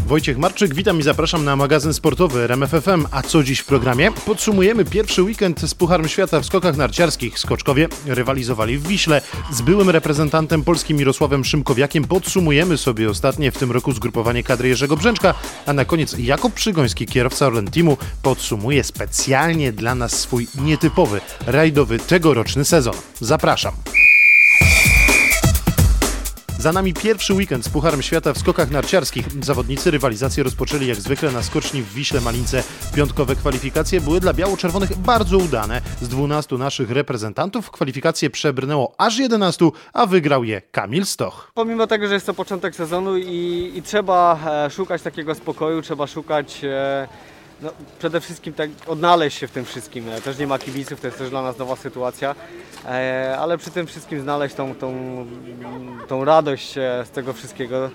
Wojciech Marczyk, witam i zapraszam na magazyn sportowy RMF FM. A co dziś w programie? Podsumujemy pierwszy weekend z Pucharem Świata w skokach narciarskich. Skoczkowie rywalizowali w Wiśle. Z byłym reprezentantem polskim Mirosławem Szymkowiakiem podsumujemy sobie ostatnie w tym roku zgrupowanie kadry Jerzego Brzęczka, a na koniec Jakub Przygoński, kierowca Orlen Teamu, podsumuje specjalnie dla nas swój nietypowy, rajdowy, tegoroczny sezon. Zapraszam. Za nami pierwszy weekend z Pucharem Świata w skokach narciarskich. Zawodnicy rywalizację rozpoczęli jak zwykle na skoczni w Wiśle Malince. Piątkowe kwalifikacje były dla biało-czerwonych bardzo udane. Z 12 naszych reprezentantów w kwalifikacje przebrnęło aż 11, a wygrał je Kamil Stoch. Pomimo tego, że jest to początek sezonu i trzeba szukać takiego spokoju, trzeba szukać przede wszystkim tak odnaleźć się w tym wszystkim. Też nie ma kibiców, to jest też dla nas nowa sytuacja, ale przy tym wszystkim znaleźć tą radość z tego wszystkiego,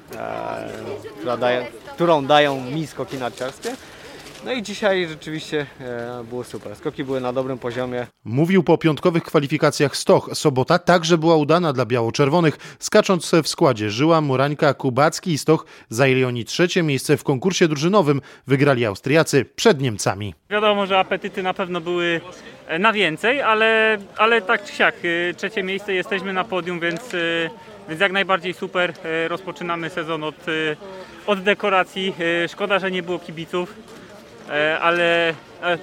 którą dają mi skoki narciarskie. No i dzisiaj rzeczywiście było super. Skoki były na dobrym poziomie. Mówił po piątkowych kwalifikacjach Stoch. Sobota także była udana dla biało-czerwonych. Skacząc w składzie Żyła, Murańka, Kubacki i Stoch, zajęli oni trzecie miejsce w konkursie drużynowym. Wygrali Austriacy przed Niemcami. Wiadomo, że apetyty na pewno były na więcej, ale tak czy siak, trzecie miejsce, jesteśmy na podium, więc jak najbardziej super. Rozpoczynamy sezon od dekoracji. Szkoda, że nie było kibiców. Ale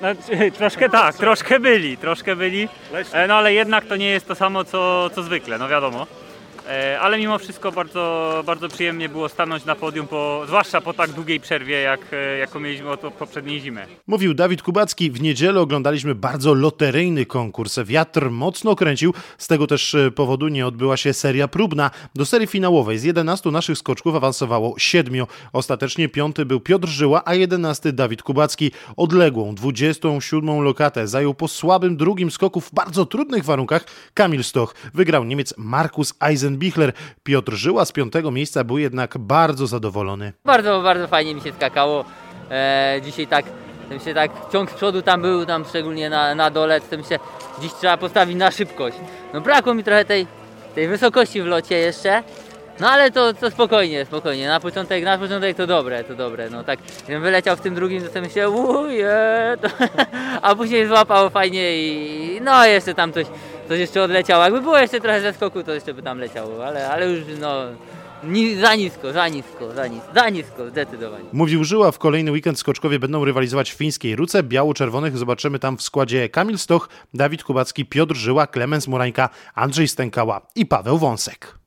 troszkę byli, no ale jednak to nie jest to samo co zwykle, no wiadomo. Ale mimo wszystko bardzo, bardzo przyjemnie było stanąć na podium, zwłaszcza po tak długiej przerwie, jaką mieliśmy od poprzedniej zimy. Mówił Dawid Kubacki. W niedzielę oglądaliśmy bardzo loteryjny konkurs. Wiatr mocno kręcił, z tego też powodu nie odbyła się seria próbna. Do serii finałowej z 11 naszych skoczków awansowało 7. Ostatecznie 5. był Piotr Żyła, a 11. Dawid Kubacki. Odległą 27. lokatę zajął po słabym drugim skoku w bardzo trudnych warunkach Kamil Stoch. Wygrał Niemiec Markus Eisenbichler. Piotr Żyła z 5. miejsca był jednak bardzo zadowolony. Bardzo, bardzo fajnie mi się skakało. Dzisiaj tak ciąg z przodu tam był, tam szczególnie na dole, to mi się dziś trzeba postawić na szybkość. No brakło mi trochę tej wysokości w locie jeszcze, no ale to spokojnie. Na początek to dobre. No tak, gdybym wyleciał w tym drugim, to myślę, a później złapało fajnie i no jeszcze tam coś jeszcze odleciało. Jakby było jeszcze trochę ze skoku, to jeszcze by tam leciało, ale już za nisko, zdecydowanie. Mówił Żyła, w kolejny weekend skoczkowie będą rywalizować w fińskiej Ruce. Biało-czerwonych zobaczymy tam w składzie Kamil Stoch, Dawid Kubacki, Piotr Żyła, Klemens Murańka, Andrzej Stękała i Paweł Wąsek.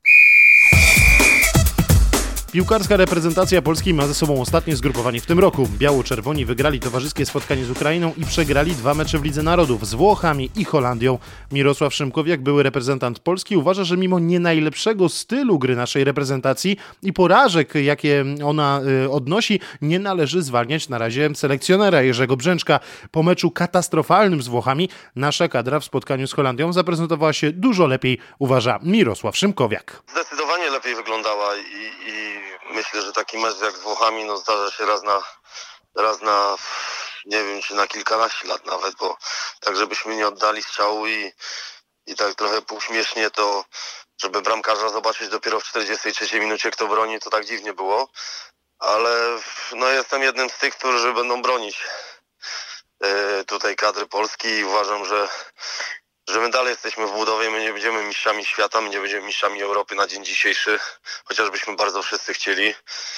Piłkarska reprezentacja Polski ma ze sobą ostatnie zgrupowanie w tym roku. Biało-czerwoni wygrali towarzyskie spotkanie z Ukrainą i przegrali 2 mecze w Lidze Narodów z Włochami i Holandią. Mirosław Szymkowiak, były reprezentant Polski, uważa, że mimo nie najlepszego stylu gry naszej reprezentacji i porażek, jakie ona odnosi, nie należy zwalniać na razie selekcjonera Jerzego Brzęczka. Po meczu katastrofalnym z Włochami nasza kadra w spotkaniu z Holandią zaprezentowała się dużo lepiej, uważa Mirosław Szymkowiak. Zdecydowanie lepiej wyglądała i myślę, że taki mecz jak z Włochami zdarza się raz na nie wiem, czy na kilkanaście lat nawet, bo tak żebyśmy nie oddali strzału i tak trochę półśmiesznie to, żeby bramkarza zobaczyć dopiero w 43 minucie kto broni, to tak dziwnie było, ale jestem jednym z tych, którzy będą bronić tutaj kadry Polski i uważam, że my dalej jesteśmy w budowie, my nie będziemy mistrzami świata, my nie będziemy mistrzami Europy na dzień dzisiejszy, chociażbyśmy bardzo wszyscy chcieli,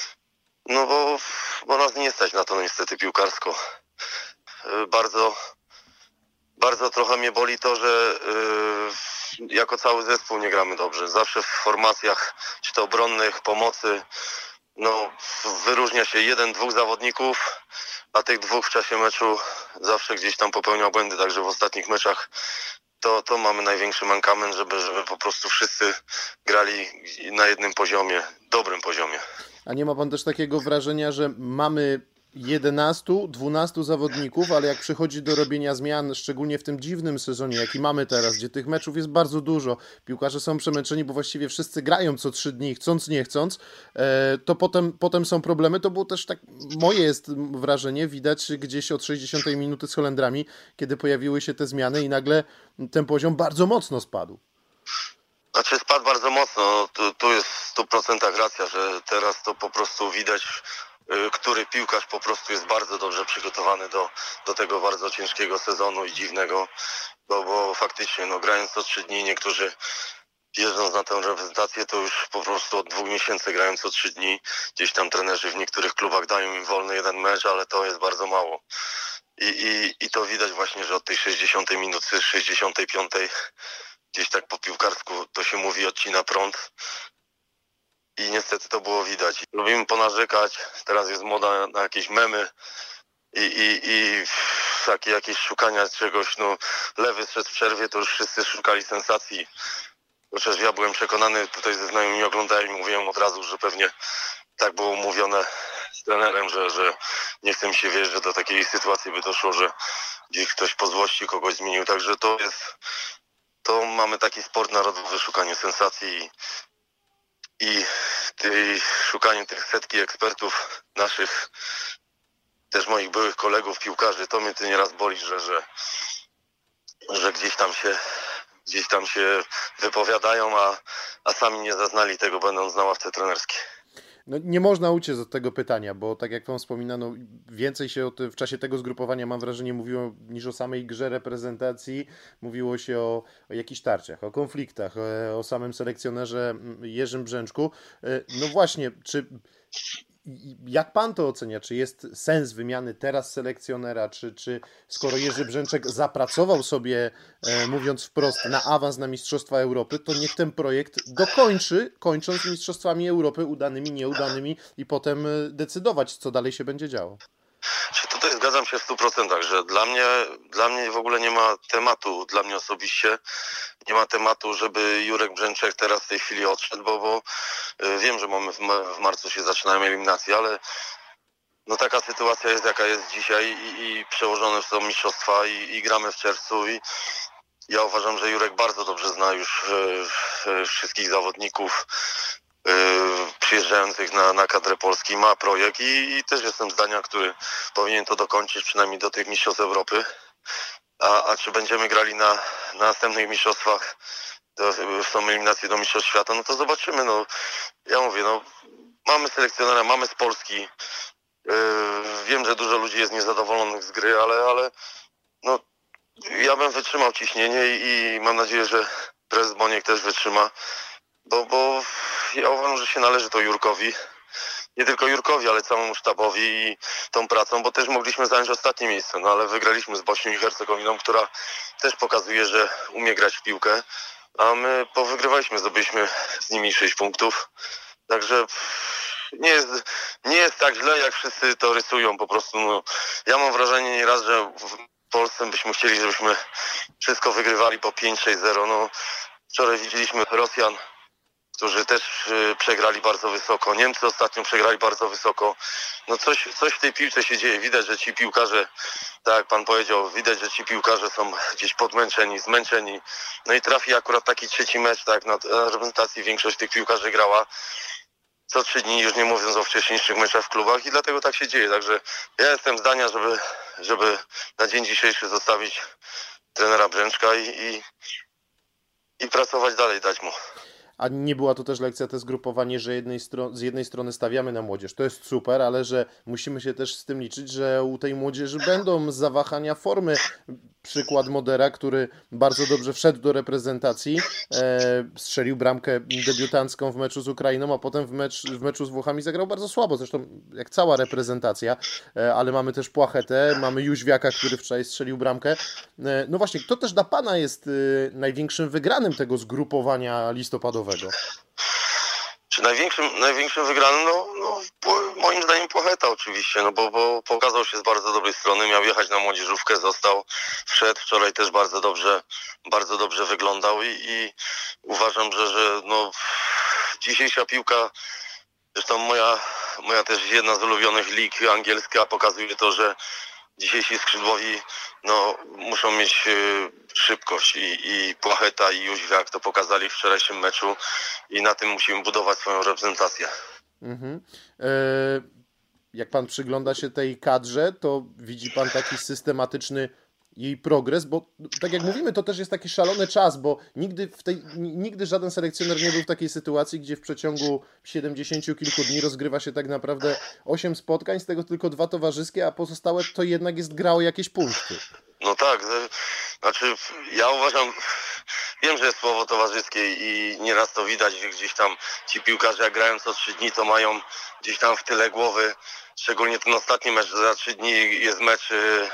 bo nas nie stać na to niestety piłkarsko. Bardzo, bardzo trochę mnie boli to, że jako cały zespół nie gramy dobrze. Zawsze w formacjach, czy to obronnych, pomocy, wyróżnia się 1-2 zawodników, a tych 2 w czasie meczu zawsze gdzieś tam popełnia błędy, także w ostatnich meczach to mamy największy mankament, żeby po prostu wszyscy grali na jednym poziomie, dobrym poziomie. A nie ma pan też takiego wrażenia, że mamy 11-12 zawodników, ale jak przychodzi do robienia zmian, szczególnie w tym dziwnym sezonie, jaki mamy teraz, gdzie tych meczów jest bardzo dużo, piłkarze są przemęczeni, bo właściwie wszyscy grają co 3 dni, chcąc, nie chcąc, to potem są problemy. To było też tak, moje jest wrażenie, widać gdzieś od 60 minuty z Holendrami, kiedy pojawiły się te zmiany i nagle ten poziom bardzo mocno spadł. Znaczy spadł bardzo mocno, tu jest w 100% racja, że teraz to po prostu widać który piłkarz po prostu jest bardzo dobrze przygotowany do tego bardzo ciężkiego sezonu i dziwnego, bo faktycznie grając co 3 dni, niektórzy jeżdżąc na tę reprezentację, to już po prostu od 2 miesięcy grają co 3 dni. Gdzieś tam trenerzy w niektórych klubach dają im wolny jeden mecz, ale to jest bardzo mało. I to widać właśnie, że od tej 60 minuty, 65 gdzieś tak po piłkarsku to się mówi odcina prąd. I niestety to było widać. Lubimy ponarzekać, teraz jest moda na jakieś memy i takie jakieś szukania czegoś. Lewy szedł w przerwie, to już wszyscy szukali sensacji. Chociaż ja byłem przekonany, tutaj ze znajomymi oglądałem i mówiłem od razu, że pewnie tak było umówione z trenerem, że nie chce mi się wierzyć, że do takiej sytuacji by doszło, że gdzieś ktoś po złości kogoś zmienił. Także to mamy taki sport narodowy, szukanie sensacji i szukanie tych setki ekspertów naszych, też moich byłych kolegów piłkarzy. To mnie to nieraz boli, że gdzieś tam się wypowiadają, a sami nie zaznali tego, będąc na ławce trenerskiej. No, nie można uciec od tego pytania, bo tak jak wam wspominano, więcej się w czasie tego zgrupowania, mam wrażenie, mówiło niż o samej grze reprezentacji. Mówiło się o jakichś tarciach, o konfliktach, o samym selekcjonerze Jerzym Brzęczku. No właśnie, jak pan to ocenia? Czy jest sens wymiany teraz selekcjonera? Czy skoro Jerzy Brzęczek zapracował sobie, mówiąc wprost, na awans na Mistrzostwa Europy, to niech ten projekt dokończy, kończąc Mistrzostwami Europy udanymi, nieudanymi i potem decydować, co dalej się będzie działo? Tutaj zgadzam się w 100%, że dla mnie w ogóle nie ma tematu, dla mnie osobiście nie ma tematu, żeby Jurek Brzęczek teraz w tej chwili odszedł, bo wiem, że w marcu się zaczynają eliminacje, ale taka sytuacja jest jaka jest dzisiaj i przełożone są mistrzostwa i gramy w czerwcu i ja uważam, że Jurek bardzo dobrze zna już wszystkich zawodników przyjeżdżających na kadrę Polski, ma projekt i też jestem zdania, który powinien to dokończyć przynajmniej do tych mistrzostw Europy. A czy będziemy grali na następnych mistrzostwach, w tą eliminację do mistrzostw świata, to zobaczymy. Ja mówię, mamy selekcjonera, mamy z Polski. Wiem, że dużo ludzi jest niezadowolonych z gry, ale ja bym wytrzymał ciśnienie i mam nadzieję, że prezes Boniek też wytrzyma, bo ja uważam, że się należy to Jurkowi. Nie tylko Jurkowi, ale całemu sztabowi i tą pracą, bo też mogliśmy zająć ostatnie miejsce, ale wygraliśmy z Bośnią i Hercegowiną, która też pokazuje, że umie grać w piłkę, a my powygrywaliśmy, zdobyliśmy z nimi 6 punktów, także nie jest tak źle, jak wszyscy to rysują po prostu. Ja mam wrażenie nieraz, że w Polsce byśmy chcieli, żebyśmy wszystko wygrywali po 5-6-0. Wczoraj widzieliśmy Rosjan, którzy też przegrali bardzo wysoko. Niemcy ostatnio przegrali bardzo wysoko. Coś w tej piłce się dzieje. Widać, że ci piłkarze, tak jak pan powiedział, widać, że ci piłkarze są gdzieś podmęczeni, zmęczeni. I trafi akurat taki trzeci mecz, tak, na reprezentacji większość tych piłkarzy grała co 3 dni, już nie mówiąc o wcześniejszych meczach w klubach i dlatego tak się dzieje. Także ja jestem zdania, żeby na dzień dzisiejszy zostawić trenera Brzęczka i pracować dalej, dać mu. A nie była to też lekcja, to zgrupowanie, że z jednej strony stawiamy na młodzież, to jest super, ale że musimy się też z tym liczyć, że u tej młodzieży będą zawahania formy. Przykład Modera, który bardzo dobrze wszedł do reprezentacji, strzelił bramkę debiutancką w meczu z Ukrainą, a potem w meczu z Włochami zagrał bardzo słabo, zresztą jak cała reprezentacja, ale mamy też Płachetę, mamy Jóźwiaka, który wczoraj strzelił bramkę. No właśnie, kto też dla pana jest największym wygranym tego zgrupowania listopadowego? Czy największym wygranym? Moim zdaniem Płacheta oczywiście, bo pokazał się z bardzo dobrej strony, miał jechać na młodzieżówkę, został, wszedł, wczoraj też bardzo dobrze wyglądał i uważam, że dzisiejsza piłka, zresztą moja też jedna z ulubionych lig angielska pokazuje to, że dzisiejsi skrzydłowi muszą mieć szybkość i Płacheta i Jóźwiak to pokazali w wczorajszym meczu i na tym musimy budować swoją reprezentację. Jak pan przygląda się tej kadrze, to widzi pan taki systematyczny jej progres, bo tak jak mówimy, to też jest taki szalony czas, bo nigdy żaden selekcjoner nie był w takiej sytuacji, gdzie w przeciągu 70 kilku dni rozgrywa się tak naprawdę 8 spotkań, z tego tylko 2 towarzyskie, a pozostałe to jednak jest gra o jakieś punkty. No tak, znaczy ja uważam, wiem, że jest słowo towarzyskie i nieraz to widać, że gdzieś tam ci piłkarze jak grają co 3 dni, to mają gdzieś tam w tyle głowy, szczególnie ten ostatni mecz, że za 3 dni jest mecz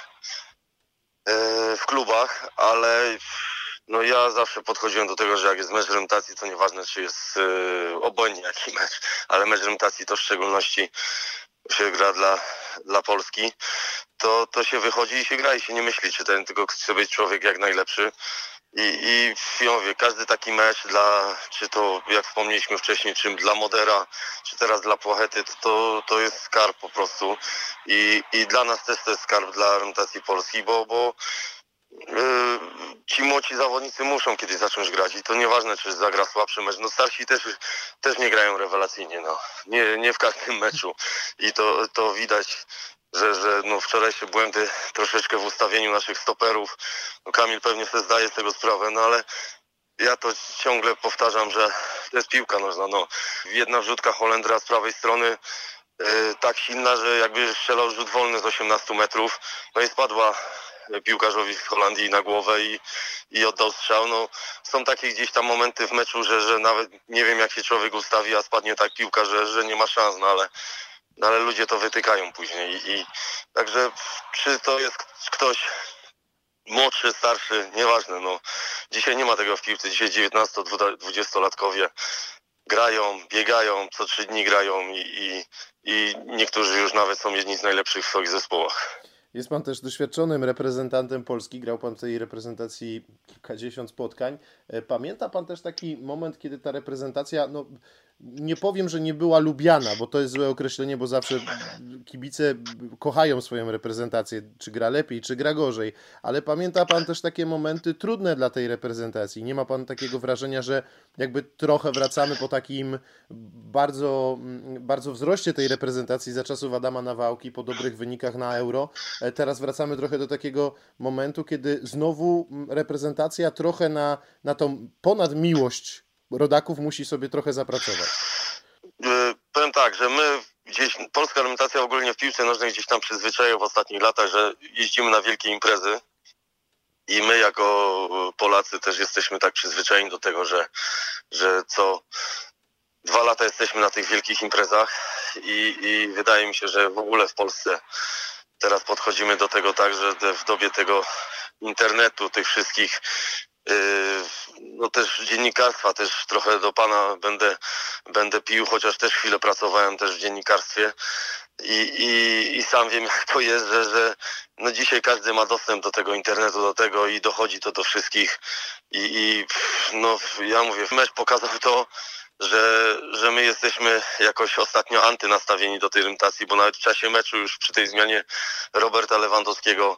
w klubach, ale no ja zawsze podchodziłem do tego, że jak jest mecz reprezentacji, to nieważne, czy jest obojętnie jaki mecz, ale mecz reprezentacji to w szczególności się gra dla Polski, to się wychodzi i się gra i się nie myśli, tylko chce być człowiek jak najlepszy. I ja mówię, każdy taki mecz czy to jak wspomnieliśmy wcześniej, czy dla Modera, czy teraz dla Płachety, to jest skarb po prostu. I dla nas też to jest skarb dla reprezentacji Polski, bo ci młodzi zawodnicy muszą kiedyś zacząć grać i to nieważne, czy zagra słabszy mecz. No starsi też nie grają rewelacyjnie, no. Nie w każdym meczu. I to widać, że no wczorajsze błędy troszeczkę w ustawieniu naszych stoperów. No Kamil pewnie sobie zdaje z tego sprawę, no ale ja to ciągle powtarzam, że to jest piłka nożna. No. Jedna wrzutka Holendra z prawej strony tak silna, że jakby strzelał rzut wolny z 18 metrów, no i spadła piłkarzowi z Holandii na głowę i oddał strzał. No, są takie gdzieś tam momenty w meczu, że nawet nie wiem jak się człowiek ustawi, a spadnie tak piłka, że nie ma szans, no ale ludzie to wytykają później. I także czy to jest ktoś młodszy, starszy, nieważne. No. Dzisiaj nie ma tego w piłce. Dzisiaj 19-20-latkowie grają, biegają, co 3 dni grają i niektórzy już nawet są jedni z najlepszych w swoich zespołach. Jest pan też doświadczonym reprezentantem Polski, grał pan w tej reprezentacji kilkadziesiąt spotkań. Pamięta pan też taki moment, kiedy ta reprezentacja, no nie powiem, że nie była lubiana, bo to jest złe określenie, bo zawsze kibice kochają swoją reprezentację, czy gra lepiej, czy gra gorzej, ale pamięta pan też takie momenty trudne dla tej reprezentacji? Nie ma pan takiego wrażenia, że jakby trochę wracamy po takim bardzo, bardzo wzroście tej reprezentacji za czasów Adama Nawałki, po dobrych wynikach na Euro? Teraz wracamy trochę do takiego momentu, kiedy znowu reprezentacja trochę na tą ponad miłość rodaków musi sobie trochę zapracować. Powiem tak, że my gdzieś, polska reprezentacja ogólnie w piłce nożnej gdzieś tam przyzwyczaiła w ostatnich latach, że jeździmy na wielkie imprezy i my jako Polacy też jesteśmy tak przyzwyczajeni do tego, że co 2 lata jesteśmy na tych wielkich imprezach i wydaje mi się, że w ogóle w Polsce teraz podchodzimy do tego tak, że w dobie tego internetu, tych wszystkich no też dziennikarstwa, też trochę do pana będę pił, chociaż też chwilę pracowałem też w dziennikarstwie i sam wiem jak to jest, że no dzisiaj każdy ma dostęp do tego internetu, do tego i dochodzi to do wszystkich i no ja mówię, mecz pokazał to, że my jesteśmy jakoś ostatnio antynastawieni do tej reprezentacji, bo nawet w czasie meczu już przy tej zmianie Roberta Lewandowskiego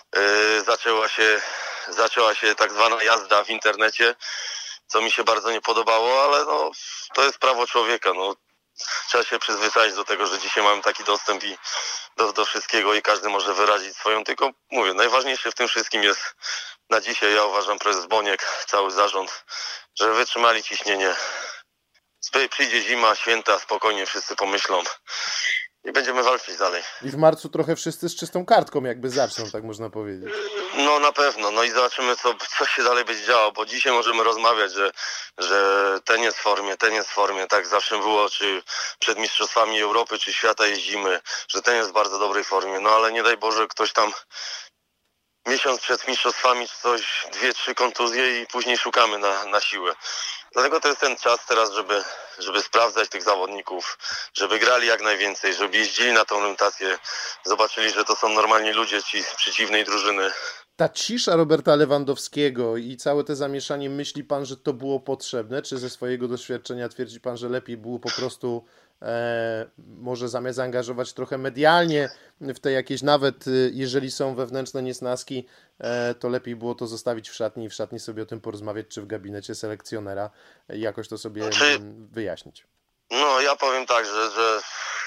zaczęła się tak zwana jazda w internecie, co mi się bardzo nie podobało, ale no to jest prawo człowieka. No. Trzeba się przyzwyczaić do tego, że dzisiaj mamy taki dostęp i do wszystkiego i każdy może wyrazić swoją, tylko mówię, najważniejsze w tym wszystkim jest na dzisiaj, ja uważam, prezes Boniek, cały zarząd, że wytrzymali ciśnienie. Przyjdzie zima, święta, spokojnie wszyscy pomyślą i będziemy walczyć dalej. I w marcu trochę wszyscy z czystą kartką jakby zaczną, tak można powiedzieć. No na pewno, no i zobaczymy co się dalej będzie działo, bo dzisiaj możemy rozmawiać, że ten jest w formie, tak zawsze było, czy przed Mistrzostwami Europy, czy świata jeździmy, że ten jest w bardzo dobrej formie, no ale nie daj Boże ktoś tam miesiąc przed mistrzostwami czy coś, 2-3 kontuzje i później szukamy na siłę. Dlatego to jest ten czas teraz, żeby sprawdzać tych zawodników, żeby grali jak najwięcej, żeby jeździli na tą orientację, zobaczyli, że to są normalni ludzie ci z przeciwnej drużyny. Ta cisza Roberta Lewandowskiego i całe te zamieszanie, myśli pan, że to było potrzebne? Czy ze swojego doświadczenia twierdzi pan, że lepiej było po prostu może zamiast zaangażować trochę medialnie w te jakieś, nawet jeżeli są wewnętrzne niesnaski, to lepiej było to zostawić w szatni i w szatni sobie o tym porozmawiać, czy w gabinecie selekcjonera i jakoś to sobie wyjaśnić? No ja powiem tak, że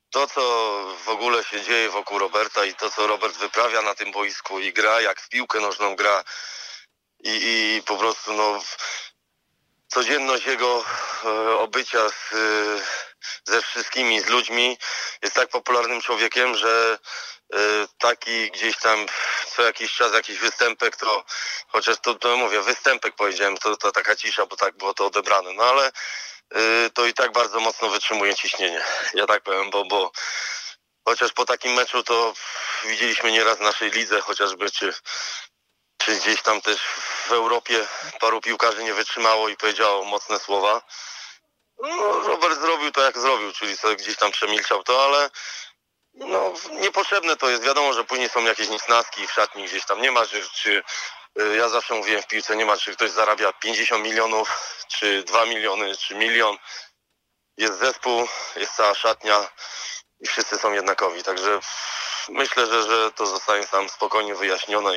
to, co w ogóle się dzieje wokół Roberta i to, co Robert wyprawia na tym boisku i gra, jak w piłkę nożną gra i po prostu codzienność jego obycia ze wszystkimi, z ludźmi, jest tak popularnym człowiekiem, że taki gdzieś tam co jakiś czas jakiś występek, to chociaż to mówię, występek powiedziałem, to taka cisza, bo tak było to odebrane, no ale to i tak bardzo mocno wytrzymuje ciśnienie, ja tak powiem, bo chociaż po takim meczu to widzieliśmy nieraz w naszej lidze chociażby, czy gdzieś tam też w Europie paru piłkarzy nie wytrzymało i powiedziało mocne słowa. No, Robert zrobił to jak zrobił, czyli sobie gdzieś tam przemilczał to, ale niepotrzebne to jest. Wiadomo, że później są jakieś niesnaski w szatni gdzieś tam. Nie ma, czy ja zawsze mówiłem w piłce, nie ma, czy ktoś zarabia 50 milionów, czy 2 miliony, czy milion. Jest zespół, jest cała szatnia i wszyscy są jednakowi. Także myślę, że to zostanie tam spokojnie wyjaśnione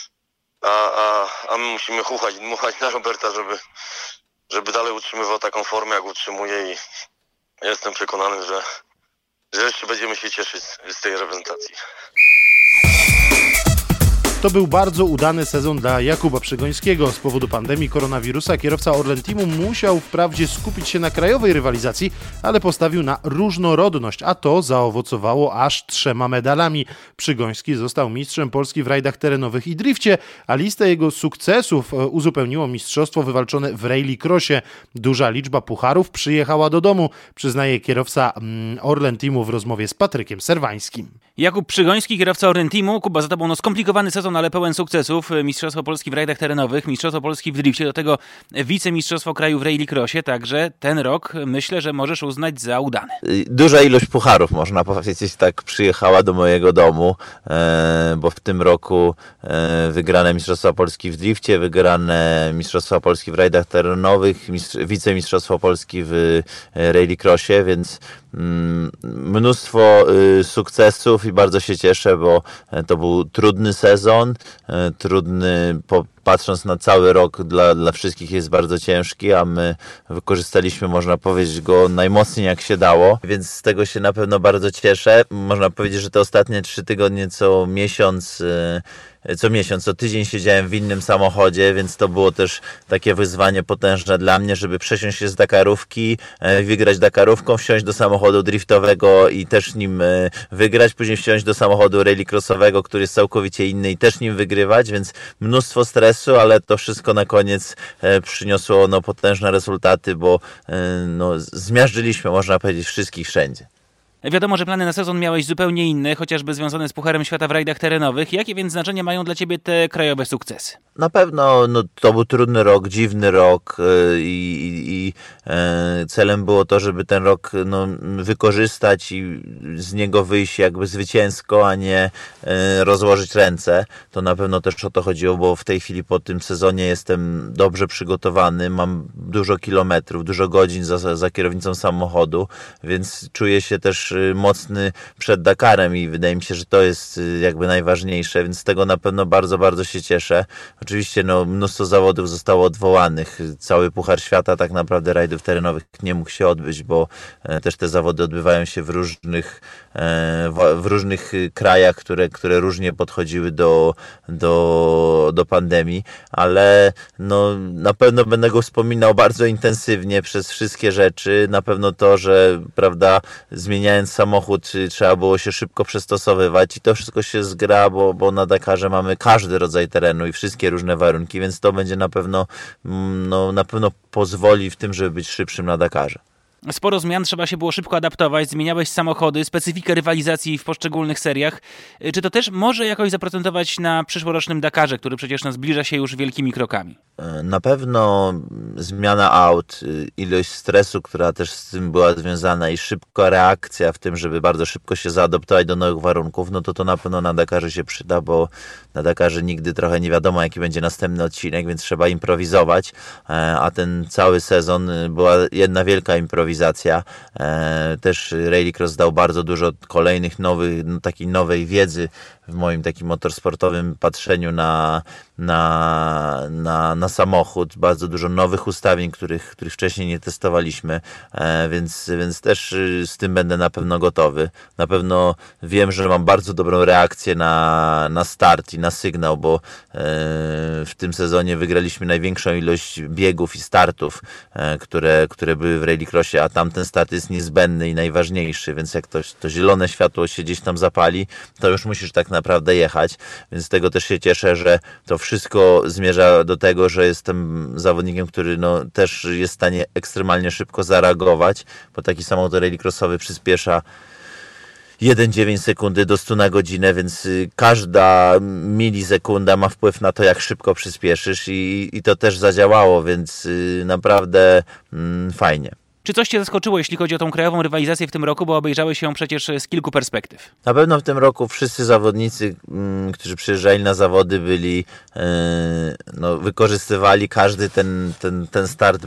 a my musimy dmuchać na Roberta, żeby dalej utrzymywał taką formę, jak utrzymuje i jestem przekonany, że jeszcze będziemy się cieszyć z tej reprezentacji. To był bardzo udany sezon dla Jakuba Przygońskiego. Z powodu pandemii koronawirusa kierowca Orlen Teamu musiał wprawdzie skupić się na krajowej rywalizacji, ale postawił na różnorodność, a to zaowocowało aż 3 medalami. Przygoński został mistrzem Polski w rajdach terenowych i drifcie, a listę jego sukcesów uzupełniło mistrzostwo wywalczone w rallycrossie. Duża liczba pucharów przyjechała do domu, przyznaje kierowca Orlen Teamu w rozmowie z Patrykiem Serwańskim. Jakub Przygoński, kierowca Orlen Teamu. Kuba, za tobą skomplikowany sezon, ale pełen sukcesów. Mistrzostwo Polski w rajdach terenowych, Mistrzostwo Polski w drifcie, do tego wicemistrzostwo kraju w rallycrossie, także ten rok myślę, że możesz uznać za udany. Duża ilość pucharów, można powiedzieć, tak przyjechała do mojego domu, bo w tym roku wygrane Mistrzostwa Polski w drifcie, wygrane Mistrzostwa Polski w rajdach terenowych, wicemistrzostwo Polski w rallycrossie, więc mnóstwo sukcesów i bardzo się cieszę, bo to był trudny sezon, patrząc na cały rok dla wszystkich jest bardzo ciężki, a my wykorzystaliśmy, można powiedzieć, go najmocniej jak się dało, więc z tego się na pewno bardzo cieszę. Można powiedzieć, że te ostatnie 3 tygodnie co tydzień siedziałem w innym samochodzie, więc to było też takie wyzwanie potężne dla mnie, żeby przesiąść się z Dakarówki, wygrać Dakarówką, wsiąść do samochodu driftowego i też nim wygrać, później wsiąść do samochodu rallycrossowego, który jest całkowicie inny i też nim wygrywać, więc mnóstwo stresu, ale to wszystko na koniec przyniosło potężne rezultaty, bo zmiażdżyliśmy, można powiedzieć, wszystkich wszędzie. Wiadomo, że plany na sezon miałeś zupełnie inne, chociażby związane z Pucharem Świata w rajdach terenowych. Jakie więc znaczenie mają dla ciebie te krajowe sukcesy? Na pewno to był trudny rok, dziwny rok i celem było to, żeby ten rok wykorzystać i z niego wyjść jakby zwycięsko, a nie rozłożyć ręce. To na pewno też o to chodziło, bo w tej chwili po tym sezonie jestem dobrze przygotowany, mam dużo kilometrów, dużo godzin za kierownicą samochodu, więc czuję się też mocny przed Dakarem i wydaje mi się, że to jest jakby najważniejsze, więc z tego na pewno bardzo, bardzo się cieszę. Oczywiście mnóstwo zawodów zostało odwołanych. Cały Puchar Świata tak naprawdę rajdów terenowych nie mógł się odbyć, bo też te zawody odbywają się w różnych krajach, które różnie podchodziły do pandemii, ale na pewno będę go wspominał bardzo intensywnie przez wszystkie rzeczy. Na pewno to, że zmieniając samochód trzeba było się szybko przystosowywać i to wszystko się zgra, bo na Dakarze mamy każdy rodzaj terenu i wszystkie różne warunki, więc to będzie na pewno pozwoli w tym, żeby być szybszym na Dakarze. Sporo zmian, trzeba się było szybko adaptować, zmieniałeś samochody, specyfikę rywalizacji w poszczególnych seriach. Czy to też może jakoś zaprocentować na przyszłorocznym Dakarze, który przecież zbliża się już wielkimi krokami? Na pewno zmiana aut, ilość stresu, która też z tym była związana i szybka reakcja w tym, żeby bardzo szybko się zaadoptować do nowych warunków, to na pewno na Dakarze się przyda, bo na Dakarze nigdy trochę nie wiadomo, jaki będzie następny odcinek, więc trzeba improwizować, a ten cały sezon była jedna wielka improwizacja. Też Rallycross dał bardzo dużo kolejnych takiej nowej wiedzy w moim takim motorsportowym patrzeniu na samochód. Bardzo dużo nowych ustawień, których wcześniej nie testowaliśmy, więc też z tym będę na pewno gotowy. Na pewno wiem, że mam bardzo dobrą reakcję na start i na sygnał, bo w tym sezonie wygraliśmy największą ilość biegów i startów, które były w rallycrossie, a tamten start jest niezbędny i najważniejszy, więc jak to zielone światło się gdzieś tam zapali, to już musisz tak naprawdę jechać, więc z tego też się cieszę, że to wszystko zmierza do tego, że jestem zawodnikiem, który też jest w stanie ekstremalnie szybko zareagować, bo taki samochód rallycrossowy przyspiesza 1,9 sekundy do 100 na godzinę, więc każda milisekunda ma wpływ na to, jak szybko przyspieszysz i to też zadziałało, więc naprawdę fajnie. Czy coś Cię zaskoczyło, jeśli chodzi o tą krajową rywalizację w tym roku, bo obejrzałeś ją przecież z kilku perspektyw? Na pewno w tym roku wszyscy zawodnicy, którzy przyjeżdżali na zawody, wykorzystywali każdy ten start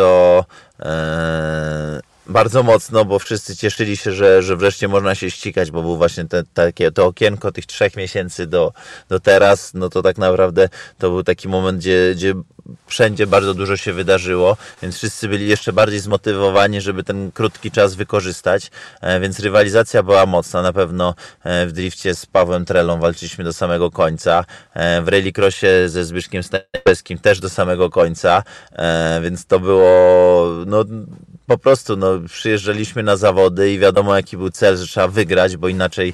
bardzo mocno, bo wszyscy cieszyli się, że wreszcie można się ścigać, bo był właśnie to okienko tych 3 miesięcy do teraz, to tak naprawdę to był taki moment, gdzie wszędzie bardzo dużo się wydarzyło, więc wszyscy byli jeszcze bardziej zmotywowani, żeby ten krótki czas wykorzystać, więc rywalizacja była mocna. Na pewno w drifcie z Pawłem Trelą walczyliśmy do samego końca, w rallycrossie ze Zbyszkiem Snajperskim też do samego końca, więc to było po prostu przyjeżdżaliśmy na zawody i wiadomo, jaki był cel, że trzeba wygrać, bo inaczej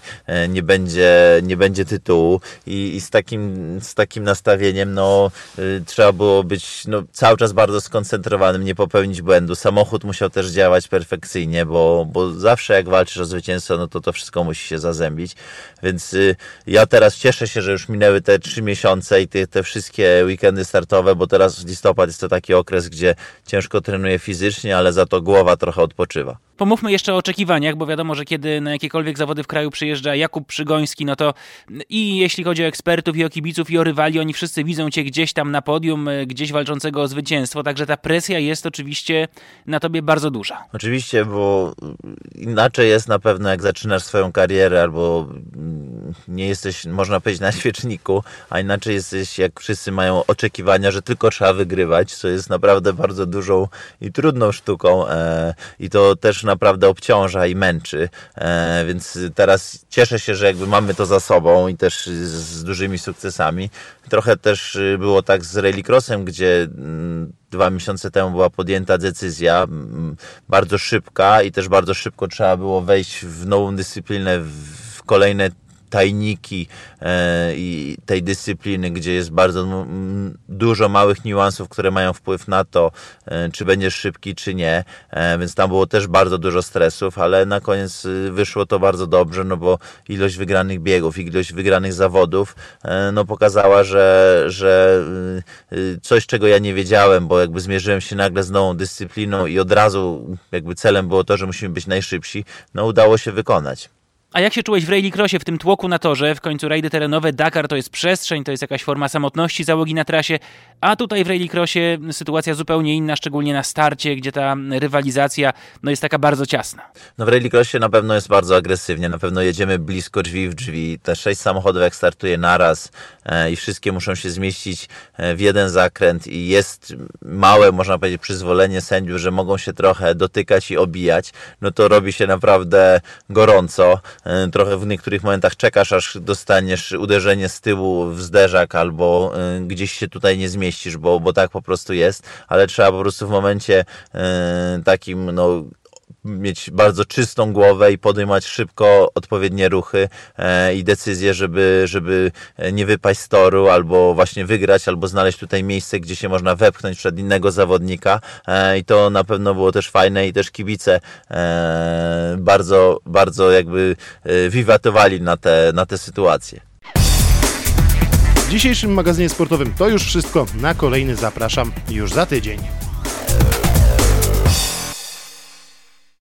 nie będzie tytułu i z takim nastawieniem trzeba było być cały czas bardzo skoncentrowanym, nie popełnić błędu. Samochód musiał też działać perfekcyjnie, bo zawsze jak walczysz o zwycięstwo, to wszystko musi się zazębić, więc ja teraz cieszę się, że już minęły te 3 miesiące i te wszystkie weekendy startowe, bo teraz listopad jest to taki okres, gdzie ciężko trenuję fizycznie, ale za to głowa trochę odpoczywa. Pomówmy jeszcze o oczekiwaniach, bo wiadomo, że kiedy na jakiekolwiek zawody w kraju przyjeżdża Jakub Przygoński, to i jeśli chodzi o ekspertów, i o kibiców, i o rywali, oni wszyscy widzą Cię gdzieś tam na podium, gdzieś walczącego o zwycięstwo, także ta presja jest oczywiście na Tobie bardzo duża. Oczywiście, bo inaczej jest na pewno, jak zaczynasz swoją karierę, albo nie jesteś, można powiedzieć, na świeczniku, a inaczej jesteś, jak wszyscy mają oczekiwania, że tylko trzeba wygrywać, co jest naprawdę bardzo dużą i trudną sztuką i to też naprawdę obciąża i męczy, więc teraz cieszę się, że jakby mamy to za sobą i też z dużymi sukcesami. Trochę też było tak z rallycrossem, gdzie 2 miesiące temu była podjęta decyzja, bardzo szybka i też bardzo szybko trzeba było wejść w nową dyscyplinę, w kolejne tajniki i tej dyscypliny, gdzie jest bardzo dużo małych niuansów, które mają wpływ na to, czy będziesz szybki, czy nie, więc tam było też bardzo dużo stresów, ale na koniec wyszło to bardzo dobrze, bo ilość wygranych biegów, ilość wygranych zawodów pokazała, że coś, czego ja nie wiedziałem, bo jakby zmierzyłem się nagle z nową dyscypliną i od razu jakby celem było to, że musimy być najszybsi, udało się wykonać. A jak się czułeś w rallycrossie, w tym tłoku na torze? W końcu rajdy terenowe, Dakar to jest przestrzeń, to jest jakaś forma samotności załogi na trasie, a tutaj w rallycrossie sytuacja zupełnie inna, szczególnie na starcie, gdzie ta rywalizacja jest taka bardzo ciasna. W rallycrossie na pewno jest bardzo agresywnie, na pewno jedziemy blisko drzwi w drzwi, te 6 samochodów jak startuje naraz i wszystkie muszą się zmieścić w jeden zakręt i jest małe, można powiedzieć, przyzwolenie sędziów, że mogą się trochę dotykać i obijać, to robi się naprawdę gorąco. Trochę w niektórych momentach czekasz, aż dostaniesz uderzenie z tyłu w zderzak albo gdzieś się tutaj nie zmieścisz, bo tak po prostu jest, ale trzeba po prostu w momencie takim mieć bardzo czystą głowę i podejmować szybko odpowiednie ruchy i decyzje, żeby nie wypaść z toru, albo właśnie wygrać, albo znaleźć tutaj miejsce, gdzie się można wepchnąć przed innego zawodnika i to na pewno było też fajne i też kibice bardzo, bardzo jakby wiwatowali na te sytuacje. W dzisiejszym magazynie sportowym to już wszystko. Na kolejny zapraszam już za tydzień.